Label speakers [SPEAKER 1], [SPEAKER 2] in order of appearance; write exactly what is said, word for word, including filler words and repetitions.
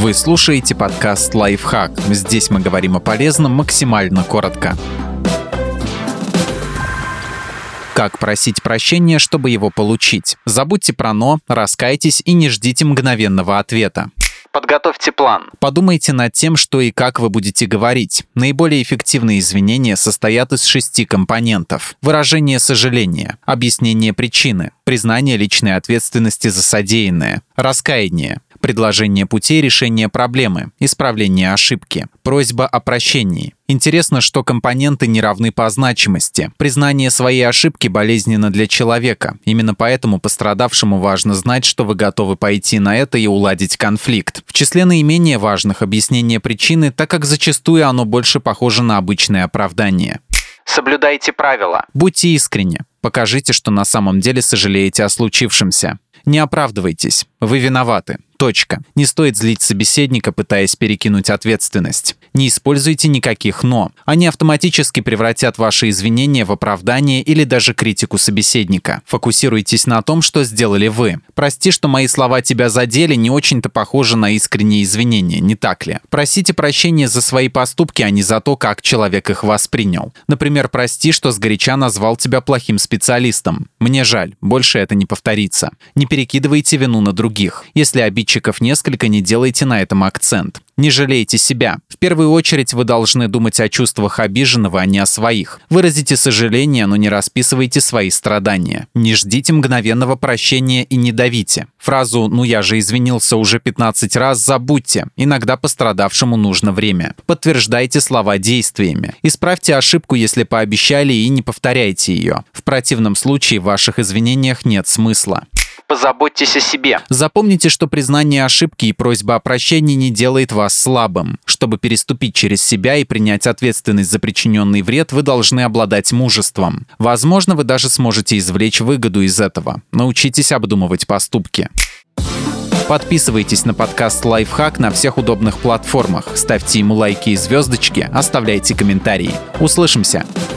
[SPEAKER 1] Вы слушаете подкаст «Лайфхак». Здесь мы говорим о полезном максимально коротко. Как просить прощения, чтобы его получить? Забудьте про «но», раскайтесь и не ждите мгновенного ответа.
[SPEAKER 2] Подготовьте план.
[SPEAKER 1] Подумайте над тем, что и как вы будете говорить. Наиболее эффективные извинения состоят из шести компонентов. Выражение сожаления, объяснение причины, признание личной ответственности за содеянное, раскаяние, предложение путей решения проблемы, исправление ошибки, просьба о прощении. Интересно, что компоненты не равны по значимости. Признание своей ошибки болезненно для человека. Именно поэтому пострадавшему важно знать, что вы готовы пойти на это и уладить конфликт. В числе наименее важных объяснение причины, так как зачастую оно больше похоже на обычное оправдание.
[SPEAKER 2] Соблюдайте правила.
[SPEAKER 1] Будьте искренни. Покажите, что на самом деле сожалеете о случившемся. Не оправдывайтесь. Вы виноваты. Точка. Не стоит злить собеседника, пытаясь перекинуть ответственность. Не используйте никаких «но». Они автоматически превратят ваши извинения в оправдание или даже критику собеседника. Фокусируйтесь на том, что сделали вы. «Прости, что мои слова тебя задели» не очень-то похоже на искренние извинения, не так ли? Просите прощения за свои поступки, а не за то, как человек их воспринял. Например, «Прости, что сгоряча назвал тебя плохим специалистом. Мне жаль, больше это не повторится». Не перекидывайте вину на других. Если обидчиков несколько, не делайте на этом акцент. Не жалейте себя. В первую очередь вы должны думать о чувствах обиженного, а не о своих. Выразите сожаление, но не расписывайте свои страдания. Не ждите мгновенного прощения и не давите. Фразу «ну я же извинился уже пятнадцать раз» забудьте. Иногда пострадавшему нужно время. Подтверждайте слова действиями. Исправьте ошибку, если пообещали, и не повторяйте ее. В противном случае в ваших извинениях нет смысла.
[SPEAKER 2] Позаботьтесь о себе.
[SPEAKER 1] Запомните, что признание ошибки и просьба о прощении не делает вас слабым. Чтобы переступить через себя и принять ответственность за причиненный вред, вы должны обладать мужеством. Возможно, вы даже сможете извлечь выгоду из этого. Научитесь обдумывать поступки. Подписывайтесь на подкаст «Лайфхак» на всех удобных платформах, ставьте ему лайки и звездочки, оставляйте комментарии. Услышимся!